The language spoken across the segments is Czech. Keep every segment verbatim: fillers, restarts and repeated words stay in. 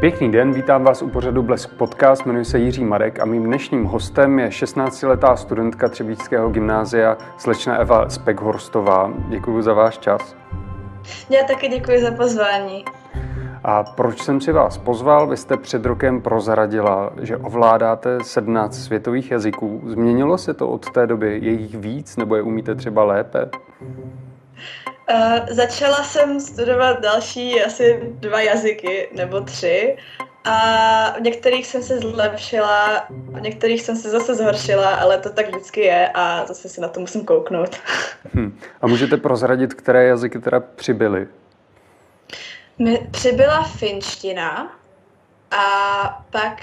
Pěkný den, vítám vás u pořadu Blesk Podcast, jmenuji se Jiří Marek a mým dnešním hostem je šestnáctiletá studentka Třebíčského gymnázia slečna Eva Spekhorstová. Děkuji za váš čas. Já taky děkuji za pozvání. A proč jsem si vás pozval? Vy jste před rokem prozradila, že ovládáte sedmnáct světových jazyků. Změnilo se to od té doby? Je jich víc nebo je umíte třeba lépe? Uh, začala jsem studovat další asi dva jazyky nebo tři a v některých jsem se zlepšila, v některých jsem se zase zhoršila, ale to tak vždycky je a zase si na to musím kouknout. Hmm. A můžete prozradit, které jazyky teda přibyly? Mi přibyla finština a pak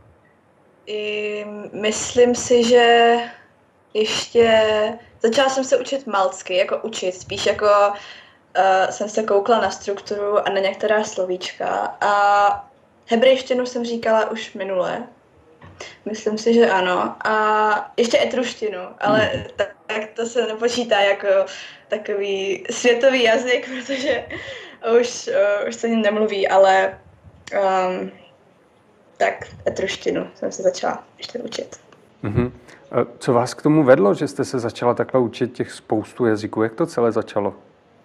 i myslím si, že ještě začala jsem se učit maltsky, jako učit, spíš jako uh, jsem se koukla na strukturu a na některá slovíčka a hebrejštinu jsem říkala už minule, myslím si, že ano, a ještě etruštinu, ale tak, tak to se nepočítá jako takový světový jazyk, protože už, uh, už se ním nemluví, ale um, tak etruštinu jsem se začala ještě učit. Mm-hmm. Co vás k tomu vedlo, že jste se začala takhle učit těch spoustu jazyků? Jak to celé začalo?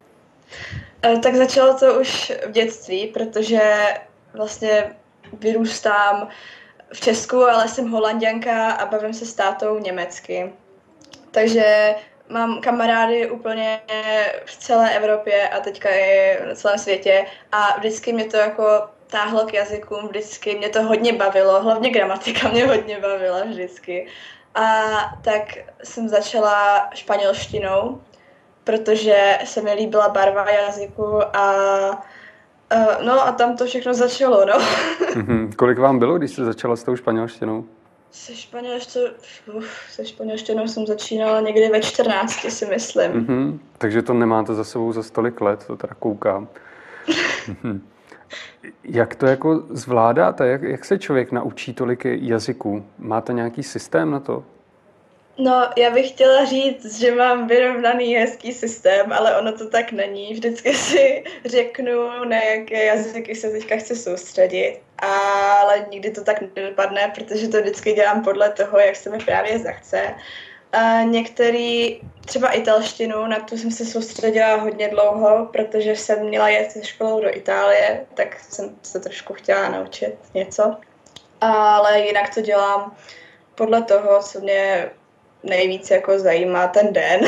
Tak začalo to už v dětství, protože vlastně vyrůstám v Česku, ale jsem Holanďanka a bavím se s tátou německy. Takže mám kamarády úplně v celé Evropě a teďka i na celém světě a vždycky mě to jako táhlo k jazykům, vždycky mě to hodně bavilo, hlavně gramatika mě hodně bavila vždycky. A tak jsem začala španělštinou, protože se mi líbila barva jazyku a uh, no a tam to všechno začalo, no. Mm-hmm. Kolik vám bylo, když jste začala s tou španělštinou? Se, španělštinou, uf, se španělštinou jsem začínala někdy ve čtrnácti, si myslím. Mm-hmm. Takže to nemáte za sebou za stolik let, to teda koukám. Mm-hmm. Jak to jako zvládáte? Jak, jak se člověk naučí tolik jazyků? Máte nějaký systém na to? No, já bych chtěla říct, že mám vyrovnaný hezký systém, ale ono to tak není. Vždycky si řeknu, na jaké jazyky se teďka chci soustředit, ale nikdy to tak nedopadne, protože to vždycky dělám podle toho, jak se mi právě zachce. A některý, třeba italštinu, na tu jsem se soustředila hodně dlouho, protože jsem měla jet ze školou do Itálie, tak jsem se trošku chtěla naučit něco. Ale jinak to dělám podle toho, co mě nejvíc jako zajímá ten den.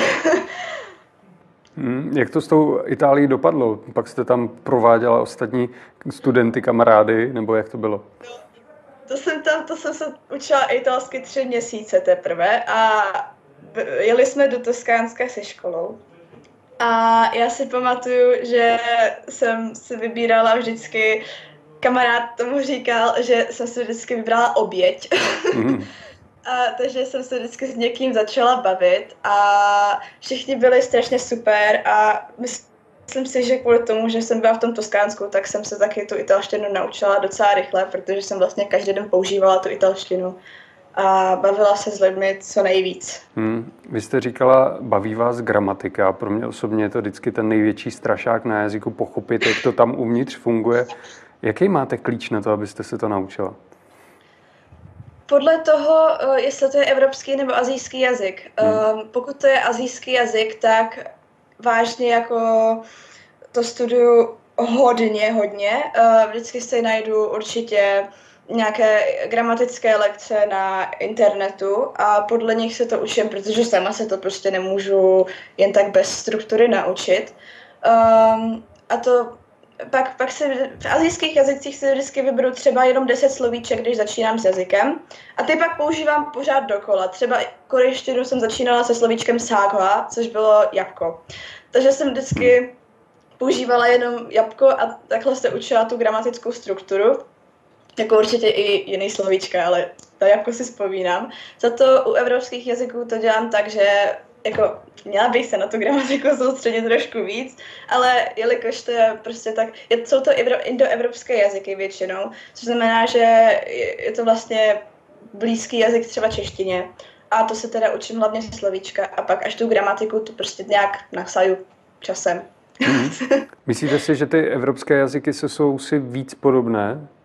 hmm, jak to s tou Itálií dopadlo? Pak jste tam prováděla ostatní studenty, kamarády, nebo jak to bylo? No, to jsem tam, to jsem se učila italsky tři měsíce teprve a jeli jsme do Toskánska se školou. A já si pamatuju, že jsem si vybírala vždycky, kamarád tomu říkal, že jsem si vždycky vybrala oběť. Mm. A, takže jsem se vždycky s někým začala bavit a všichni byli strašně super a myslím si, že kvůli tomu, že jsem byla v tom Toskánsku, tak jsem se taky tu italštinu naučila docela rychle, protože jsem vlastně každý den používala tu italštinu a bavila se s lidmi co nejvíc. Hmm. Vy jste říkala, baví vás gramatika. Pro mě osobně je to vždycky ten největší strašák na jazyku pochopit, jak to tam uvnitř funguje. Jaký máte klíč na to, abyste se to naučila? Podle toho, jestli to je evropský nebo asijský jazyk. Hmm. Pokud to je asijský jazyk, tak vážně jako to studuju hodně, hodně. Vždycky si najdu určitě nějaké gramatické lekce na internetu a podle nich se to učím, protože sama se to prostě nemůžu jen tak bez struktury naučit. Um, a to pak, pak se v asijských jazycích si vždycky vyberu třeba jenom deset slovíček, když začínám s jazykem a ty pak používám pořád dokola. Třeba korejštinu jsem začínala se slovíčkem sagwa, což bylo jabko. Takže jsem vždycky používala jenom jabko a takhle se učila tu gramatickou strukturu. Jako určitě i jiný slovíčka, ale to jako si vzpomínám. Za to u evropských jazyků to dělám tak, že jako měla bych se na tu gramatiku soustředit trošku víc, ale jelikož to je prostě tak, je, jsou to indoevropské jazyky většinou, což znamená, že je to vlastně blízký jazyk třeba češtině. A to se teda učím hlavně slovíčka a pak až tu gramatiku tu prostě nějak nasaju časem. Mm. Myslíte si, že ty evropské jazyky se jsou si víc podobné?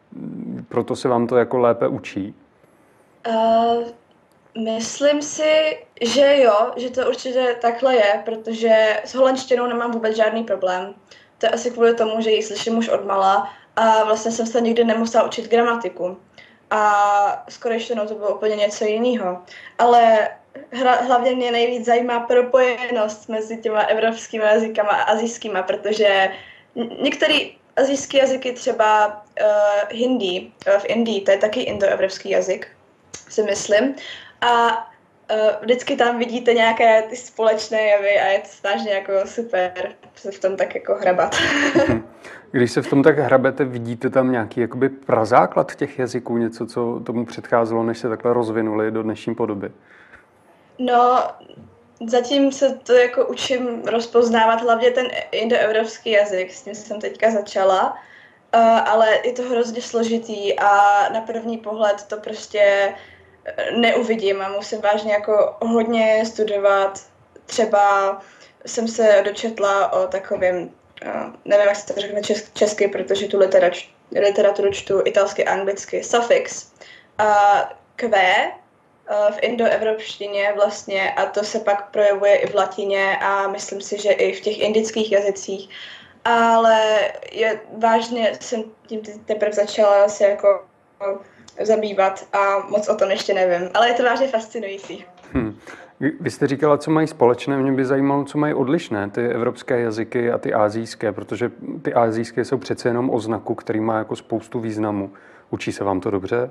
proto se vám to jako lépe učí? Uh, myslím si, že jo, že to určitě takhle je, protože s holandštinou nemám vůbec žádný problém. To je asi kvůli tomu, že ji slyším už odmala a vlastně jsem se nikdy nemusela učit gramatiku. A s korejštinou to bylo úplně něco jiného. Ale hra, hlavně mě nejvíc zajímá propojenost mezi těma evropskými jazykama a asijskýma, protože některé asijské jazyky, třeba uh, hindi uh, v Indii, to je taky indoevropský jazyk, si myslím. A uh, vždycky tam vidíte nějaké ty společné jevy a je to snažně jako super se v tom tak jako hrabat. Když se v tom tak hrabete, vidíte tam nějaký jakoby prazáklad těch jazyků, něco, co tomu předcházelo, než se takhle rozvinuli do dnešní podoby? No, zatím se to jako učím rozpoznávat, hlavně ten indoevropský jazyk, s tím jsem teďka začala, uh, ale je to hrozně složitý a na první pohled to prostě neuvidím a musím vážně jako hodně studovat. Třeba jsem se dočetla o takovém, uh, nevím, jak se to řekne česk- česky, protože tu literač- literaturu čtu italsky a anglicky, suffix, uh, Q, v indoevropštině vlastně a to se pak projevuje i v latině a myslím si, že i v těch indických jazycích. Ale je vážně, jsem tím teprve začala se jako zabývat a moc o tom ještě nevím, ale je to vážně fascinující. Hmm. Vy jste říkala, co mají společné, mě by zajímalo, co mají odlišné, ty evropské jazyky a ty asijské, protože ty asijské jsou přece jenom o znaku, který má jako spoustu významu. Učí se vám to dobře?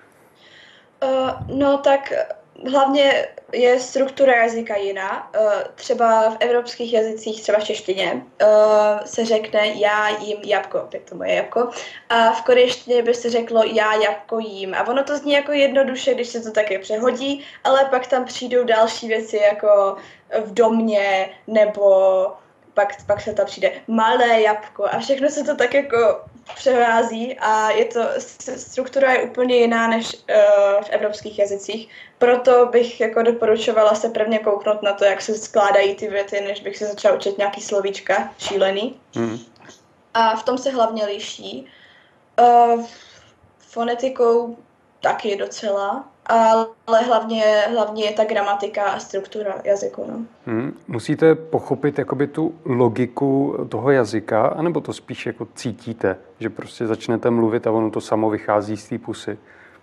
Uh, no tak hlavně je struktura jazyka jiná. Uh, třeba v evropských jazycích, třeba v češtině, uh, se řekne já jím jabko, tak to moje jabko. A v korejštině by se řeklo já jabko jím. A ono to zní jako jednoduše, když se to také přehodí, ale pak tam přijdou další věci jako v domě nebo pak, pak se tam přijde malé jabko a všechno se to tak jako převází a je to, struktura je úplně jiná než uh, v evropských jazycích. Proto bych jako doporučovala se prvně kouknout na to, jak se skládají ty věty, než bych se začala učit nějaký slovíčka šílený. Mm. A v tom se hlavně liší. Uh, fonetikou taky docela, ale hlavně, hlavně je ta gramatika a struktura jazyku. No. Hmm. Musíte pochopit jakoby tu logiku toho jazyka, anebo to spíš jako cítíte, že prostě začnete mluvit a ono to samo vychází z té pusy?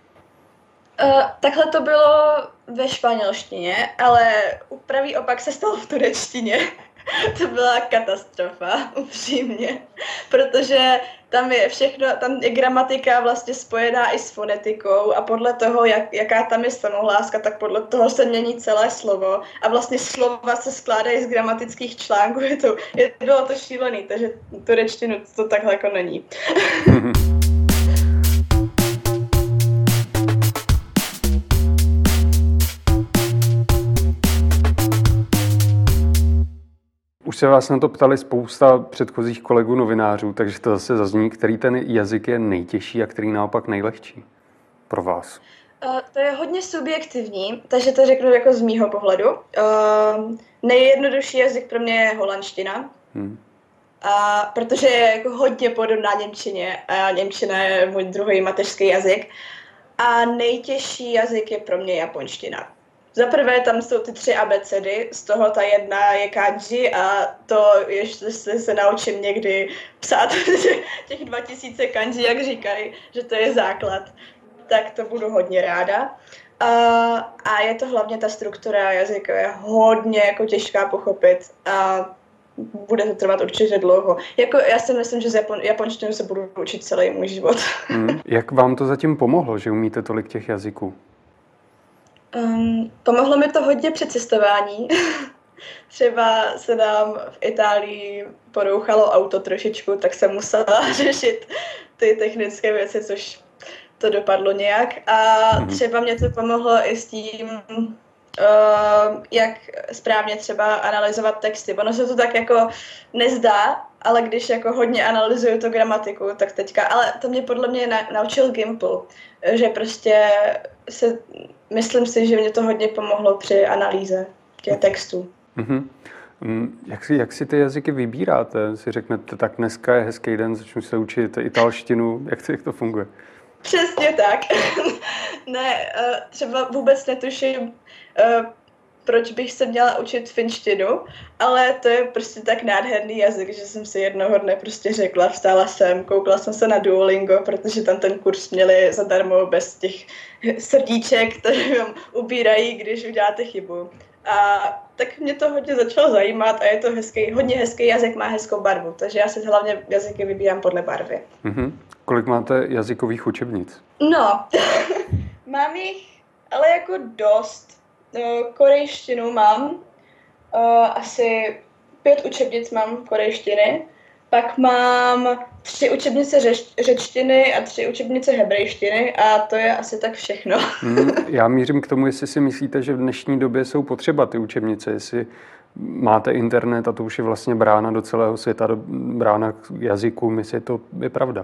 Uh, takhle to bylo ve španělštině, ale pravý opak se stalo v turečtině. To byla katastrofa, upřímně, protože tam je všechno, tam je gramatika vlastně spojená i s fonetikou a podle toho, jak, jaká tam je samohláska, tak podle toho se mění celé slovo a vlastně slova se skládají z gramatických článků, je to, je, bylo to šílený, takže turečtinu to takhle jako není. Už se vás na to ptali spousta předchozích kolegů novinářů, takže to zase zazní, který ten jazyk je nejtěžší a který naopak nejlehčí pro vás. Uh, to je hodně subjektivní, takže to řeknu jako z mýho pohledu. Uh, nejjednodušší jazyk pro mě je holandština, hmm. a protože je jako hodně podobná němčině a němčina je můj druhý mateřský jazyk. A nejtěžší jazyk je pro mě japonština. Za prvé tam jsou ty tři abecedy, z toho ta jedna je kanji a to ještě se, se naučím někdy psát těch dva tisíce kanji, jak říkají, že to je základ. Tak to budu hodně ráda. A, a je to hlavně ta struktura jazyka, je hodně jako těžká pochopit a bude to trvat určitě dlouho. Jako, já si myslím, že z Japon, japonštinu se budu učit celý můj život. Hmm. Jak vám to zatím pomohlo, že umíte tolik těch jazyků? Um, pomohlo mi to hodně při cestování. Třeba se nám v Itálii porouchalo auto trošičku, tak jsem musela řešit ty technické věci, což to dopadlo nějak. A třeba mě to pomohlo i s tím, uh, jak správně třeba analyzovat texty. Ono se to tak jako nezdá, ale když jako hodně analyzuju tu gramatiku, tak teďka, ale to mě podle mě na, naučil Gimple, že prostě se, myslím si, že mě to hodně pomohlo při analýze těch textů. Mm-hmm. Jak si, jak si ty jazyky vybíráte? Si řeknete, tak dneska je hezký den, začnu se učit italštinu. Jak, to, jak to funguje? Přesně tak. Ne, třeba vůbec netuším, proč bych se měla učit finštinu, ale to je prostě tak nádherný jazyk, že jsem si jednoho dne prostě řekla, vstála jsem, koukla jsem se na Duolingo, protože tam ten kurz měli zadarmo bez těch srdíček, které vám ubírají, když uděláte chybu. A tak mě to hodně začalo zajímat a je to hezký, hodně hezký jazyk, má hezkou barvu, takže já si hlavně jazyky vybírám podle barvy. Mm-hmm. Kolik máte jazykových učebnic? No, mám jich ale jako dost. Korejštinu mám, asi pět učebnic mám korejštiny, pak mám tři učebnice řeč, řečtiny a tři učebnice hebrejštiny a to je asi tak všechno. Hmm, já mířím k tomu, jestli si myslíte, že v dnešní době jsou potřeba ty učebnice, jestli máte internet a to už je vlastně brána do celého světa, do, brána k jazykům, jestli to je pravda.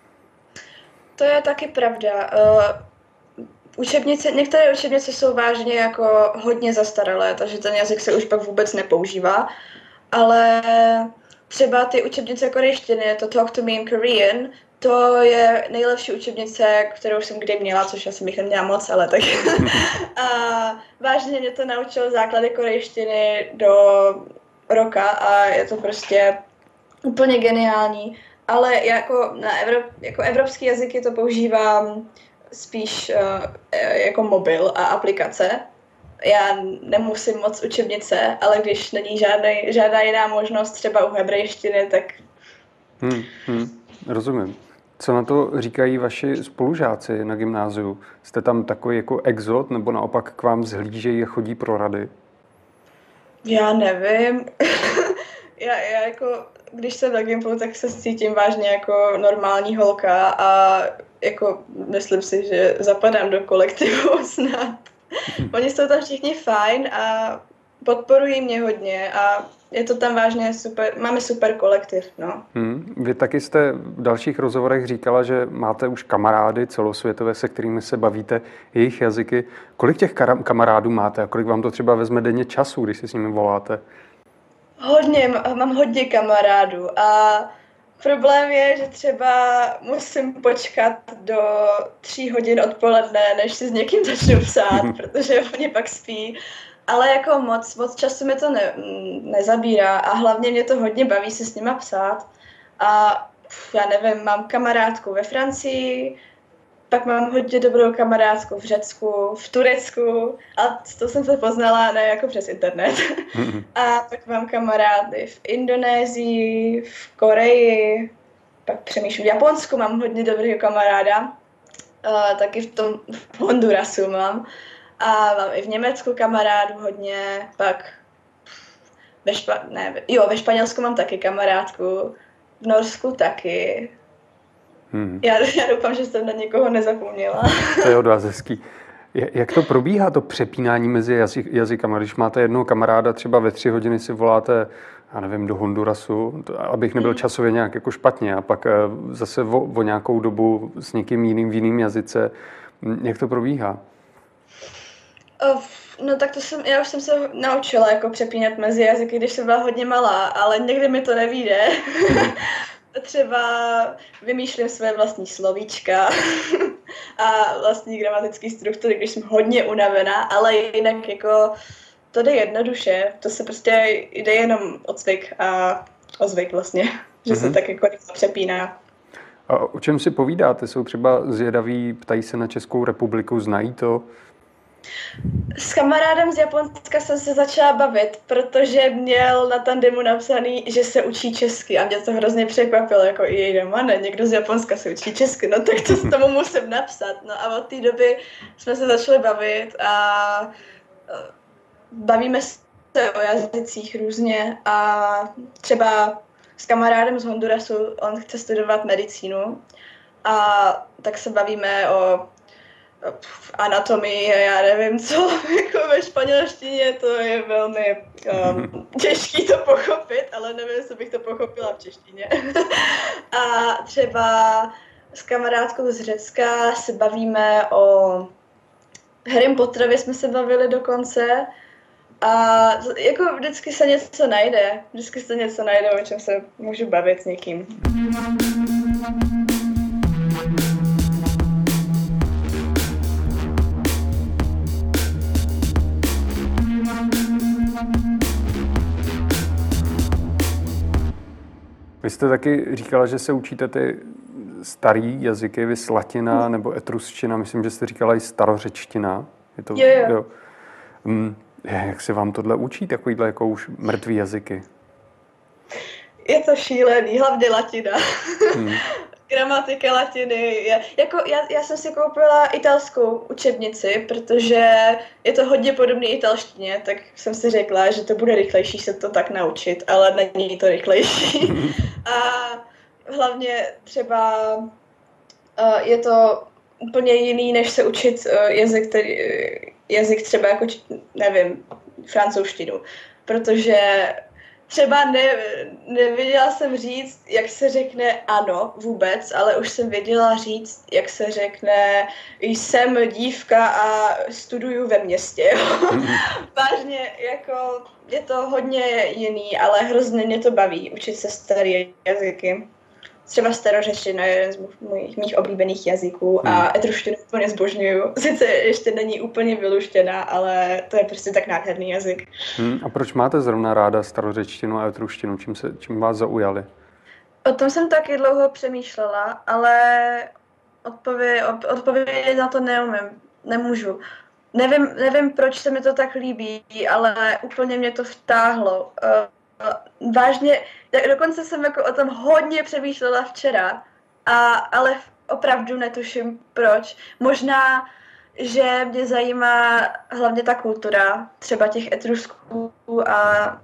To je taky pravda. Uh, učebnice, některé učebnice jsou vážně jako hodně zastaralé, takže ten jazyk se už pak vůbec nepoužívá, ale třeba ty učebnice korejštiny, to Talk to Me in Korean, to je nejlepší učebnice, kterou jsem kdy měla, což já jsem jich neměla moc, ale tak. A vážně mě to naučilo základy korejštiny do roka a je to prostě úplně geniální. Ale jako, na Evrop, jako evropský jazyky to používám spíš uh, jako mobil a aplikace. Já nemusím moc učebnice, ale když není žádný, žádná jiná možnost, třeba u hebrejštiny, tak... Hmm, hmm, rozumím. Co na to říkají vaši spolužáci na gymnáziu? Jste tam takový jako exot, nebo naopak k vám zhlížejí a chodí pro rady? Já nevím. já, já jako, když jsem na gymplu, tak se cítím vážně jako normální holka a jako myslím si, že zapadám do kolektivu snad. Oni jsou tam všichni fajn a podporují mě hodně a je to tam vážně super, máme super kolektiv, no. Hmm. Vy taky jste v dalších rozhovorech říkala, že máte už kamarády celosvětové, se kterými se bavíte jejich jazyky. Kolik těch kamarádů máte a kolik vám to třeba vezme denně času, když si s nimi voláte? Hodně, mám hodně kamarádů a problém je, že třeba musím počkat do tří hodin odpoledne, než si s někým začnu psát, protože oni pak spí. Ale jako moc, moc času mi to ne, nezabírá a hlavně mě to hodně baví se s nima psát. A já nevím, mám kamarádku ve Francii, pak mám hodně dobrou kamarádku v Řecku, v Turecku a to jsem se poznala ne jako přes internet. A pak mám kamarády v Indonésii, v Koreji, pak přemýšlím v Japonsku, mám hodně dobrého kamaráda, a taky v tom v Hondurasu mám. A mám i v Německu kamarádů hodně, pak ve, Špa- ne, jo, ve Španělsku mám taky kamarádku, v Norsku taky. Hmm. Já, já doufám, že jsem na někoho nezapomněla. To je od vás hezký. Jak to probíhá, to přepínání mezi jazyk, jazykama? Když máte jednoho kamaráda, třeba ve tři hodiny si voláte, já nevím, do Hondurasu, abych nebyl časově nějak jako špatně, a pak zase o, o nějakou dobu s někým jiným v jiném jazyce. Jak to probíhá? No tak to jsem, já už jsem se naučila jako přepínat mezi jazyky, když jsem byla hodně malá, ale někdy mi to nevyjde. Třeba vymýšlím své vlastní slovíčka a vlastní gramatické struktury, když jsem hodně unavená, ale jinak jako to jde jednoduše, to se prostě jde jenom o cvik a o zvyk vlastně, že mm-hmm. se tak jako přepíná. A o čem si povídáte? Jsou třeba zvědaví, ptají se na Českou republiku, znají to? S kamarádem z Japonska jsem se začala bavit, protože měl na tandemu napsaný, že se učí česky a mě to hrozně překvapilo, jako i jej doma, ne, někdo z Japonska se učí česky, no tak to tomu musím napsat. No a od té doby jsme se začali bavit a bavíme se o jazycích různě a třeba s kamarádem z Hondurasu, on chce studovat medicínu a tak se bavíme o anatomii a já nevím co, jako ve španělštině to je velmi um, těžký to pochopit, ale nevím, jestli bych to pochopila v češtině. A třeba s kamarádkou z Řecka se bavíme o Harrym Potterovi, jsme se bavili dokonce A jako vždycky se něco najde, vždycky se něco najde, o čem se můžu bavit s někým. Vy jste taky říkala, že se učíte ty starý jazyky, vys latina nebo etruština, myslím, že jste říkala i starořečtina. Je to, jo, jo. Jo. Hmm, jak se vám tohle učí, takovýhle jako už mrtvý jazyky? Je to šílený, hlavně latina. Hmm. Gramatika latiny. Je, jako já, já jsem si koupila italskou učebnici, protože je to hodně podobné italštině, tak jsem si řekla, že to bude rychlejší se to tak naučit, ale není to rychlejší. A hlavně třeba uh, je to úplně jiný, než se učit uh, jazyk, který, jazyk třeba jako, nevím, francouzštinu, protože třeba ne, nevěděla jsem říct, jak se řekne ano vůbec, ale už jsem věděla říct, jak se řekne jsem dívka a studuju ve městě. Vážně, jako je to hodně jiný, ale hrozně mě to baví učit se staré jazyky. Třeba starořečtina je jeden z mých, mých oblíbených jazyků hmm. a etruštinu úplně zbožňuju. Sice ještě není úplně vyluštěná, ale to je prostě tak nádherný jazyk. Hmm. A proč máte zrovna ráda starořečtinu a etruštinu? Čím, se, čím vás zaujali? O tom jsem taky dlouho přemýšlela, ale odpovědět odpovědět na to neumím, nemůžu. Nevím, nevím, proč se mi to tak líbí, ale úplně mě to vtáhlo. Vážně, dokonce jsem jako o tom hodně přemýšlela včera, a, ale opravdu netuším proč. Možná, že mě zajímá hlavně ta kultura, třeba těch Etrusků a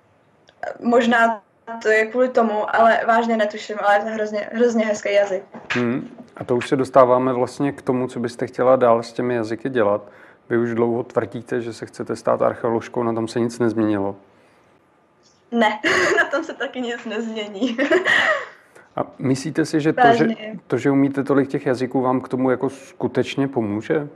možná to je kvůli tomu, ale vážně netuším, ale je to hrozně, hrozně hezký jazyk. Hmm. A to už se dostáváme vlastně k tomu, co byste chtěla dál s těmi jazyky dělat. Vy už dlouho tvrdíte, že se chcete stát archeoložkou, na tom se nic nezměnilo. Ne, na tom se taky nic nezmění. A myslíte si, že to, že to, že umíte tolik těch jazyků, vám k tomu jako skutečně pomůže?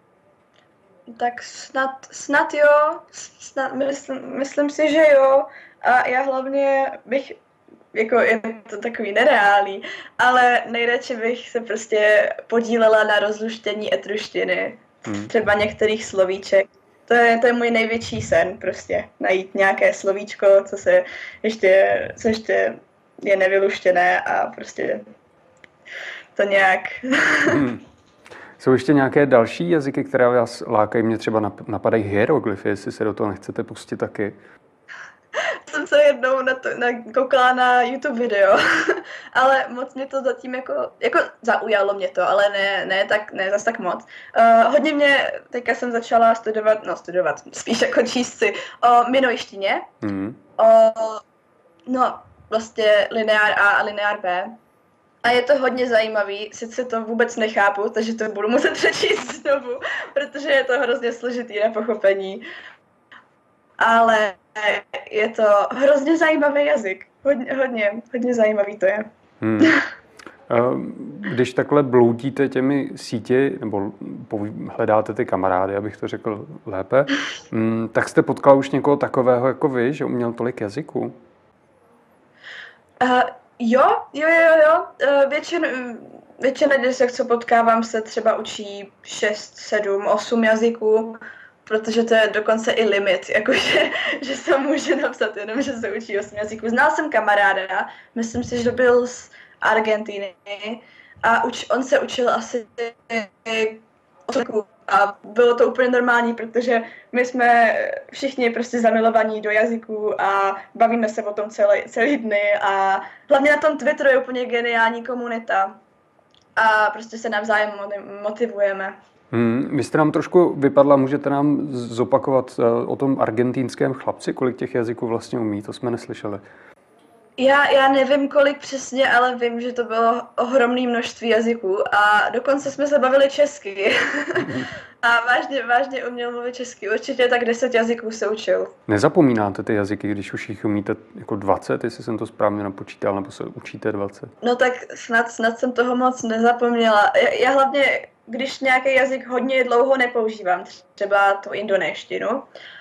Tak snad, snad jo, snad, myslím, myslím si, že jo. A já hlavně bych, jako je to takový nereálný, ale nejradši bych se prostě podílela na rozluštění etruštiny, hmm. třeba některých slovíček. To je, to je můj největší sen, prostě najít nějaké slovíčko, co se ještě, co ještě je nevyluštěné a prostě to nějak... Hmm. Jsou ještě nějaké další jazyky, které vás lákají? Mě třeba napadají hieroglyfy, jestli se do toho nechcete pustit taky. Jsem se jednou na to, na, koukala na YouTube video, ale moc mě to zatím jako, jako zaujalo mě to, ale ne, ne, tak, ne zas tak moc. Uh, hodně mě, teďka jsem začala studovat, no studovat, spíš jako číst si o minojštině, mm. o, no vlastně lineár A a lineár B. A je to hodně zajímavý, sice to vůbec nechápu, takže to budu muset přečíst znovu, protože je to hrozně složitý na pochopení. Ale je to hrozně zajímavý jazyk. Hodně, hodně, hodně zajímavý to je. Hmm. Když takhle bloudíte těmi síti, nebo hledáte ty kamarády, abych to řekl lépe, tak jste potkala už někoho takového jako vy, že uměl tolik jazyků? Uh, jo, jo, jo, jo. Uh, většin, většina děsek, co potkávám, se třeba učí šest, sedm, osm jazyků. Protože to je dokonce i limit, jakože, že se může napsat jenom, že se učí osm jazyků. Znal jsem kamaráda, myslím si, že byl z Argentiny a uč, on se učil asi osm a bylo to úplně normální, protože my jsme všichni prostě zamilovaní do jazyků a bavíme se o tom celý, celý dny a hlavně na tom Twitteru je úplně geniální komunita a prostě se navzájem motivujeme. Hmm, vy jste nám trošku vypadla, můžete nám zopakovat uh, o tom argentinském chlapci, kolik těch jazyků vlastně umí, to jsme neslyšeli. Já, já nevím kolik přesně, ale vím, že to bylo ohromné množství jazyků a dokonce jsme se bavili česky. A vážně, vážně uměl mluvit česky, určitě tak deset jazyků se učil. Nezapomínáte ty jazyky, když už jich umíte jako dvacet, jestli jsem to správně napočítal, nebo se učíte dvacet? No tak snad, snad jsem toho moc nezapomněla. Já, já hlavně, když nějaký jazyk hodně dlouho nepoužívám, třeba tu indonéštinu,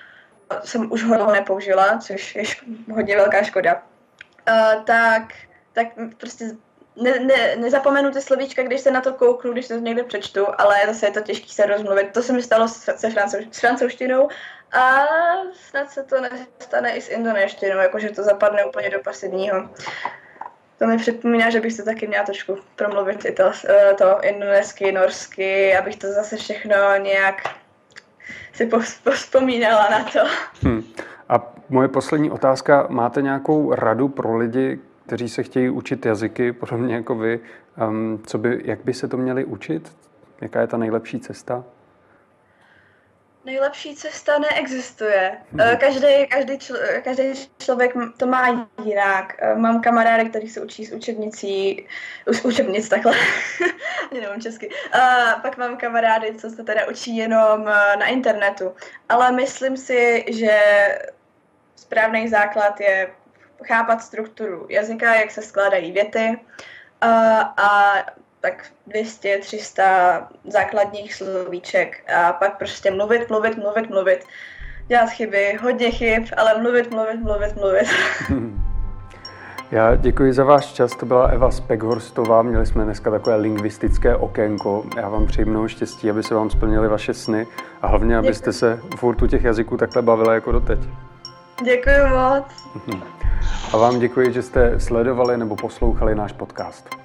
jsem už ho nepoužila, což je hodně velká škoda. Uh, tak, tak prostě ne, ne, nezapomenu ty slovíčka, když se na to kouknu, když to někde přečtu, ale zase je to těžké se rozmluvit. To se mi stalo se francou, s francouzštinou a snad se to nestane i s indonéštinou, jakože to zapadne úplně do pasivního. To mi připomíná, že bych se taky měla trošku promluvit ital, to indonésky, norsky, abych to zase všechno nějak si povzpomínala na to. Hmm. A moje poslední otázka, máte nějakou radu pro lidi, kteří se chtějí učit jazyky, podobně jako vy, um, co by, jak by se to měli učit? Jaká je ta nejlepší cesta? Nejlepší cesta neexistuje. Každý, každý, člo, každý člověk to má jinak. Mám kamarády, kteří se učí z učebnicí, z učebnic takhle, nevím česky. A pak mám kamarády, co se teda učí jenom na internetu. Ale myslím si, že správný základ je chápat strukturu jazyka, jak se skládají věty a, a tak dvě stě tři sta základních slovíček a pak prostě mluvit, mluvit, mluvit, mluvit. Dělat chyby, hodně chyb, ale mluvit, mluvit, mluvit, mluvit. Já děkuji za váš čas, to byla Eva Spekhorstová, měli jsme dneska takové lingvistické okénko. Já vám přeji mnoho štěstí, aby se vám splnily vaše sny a hlavně, abyste děkuji. se furt u těch jazyků takhle bavila jako doteď. Děkuji moc. A vám děkuji, že jste sledovali nebo poslouchali náš podcast.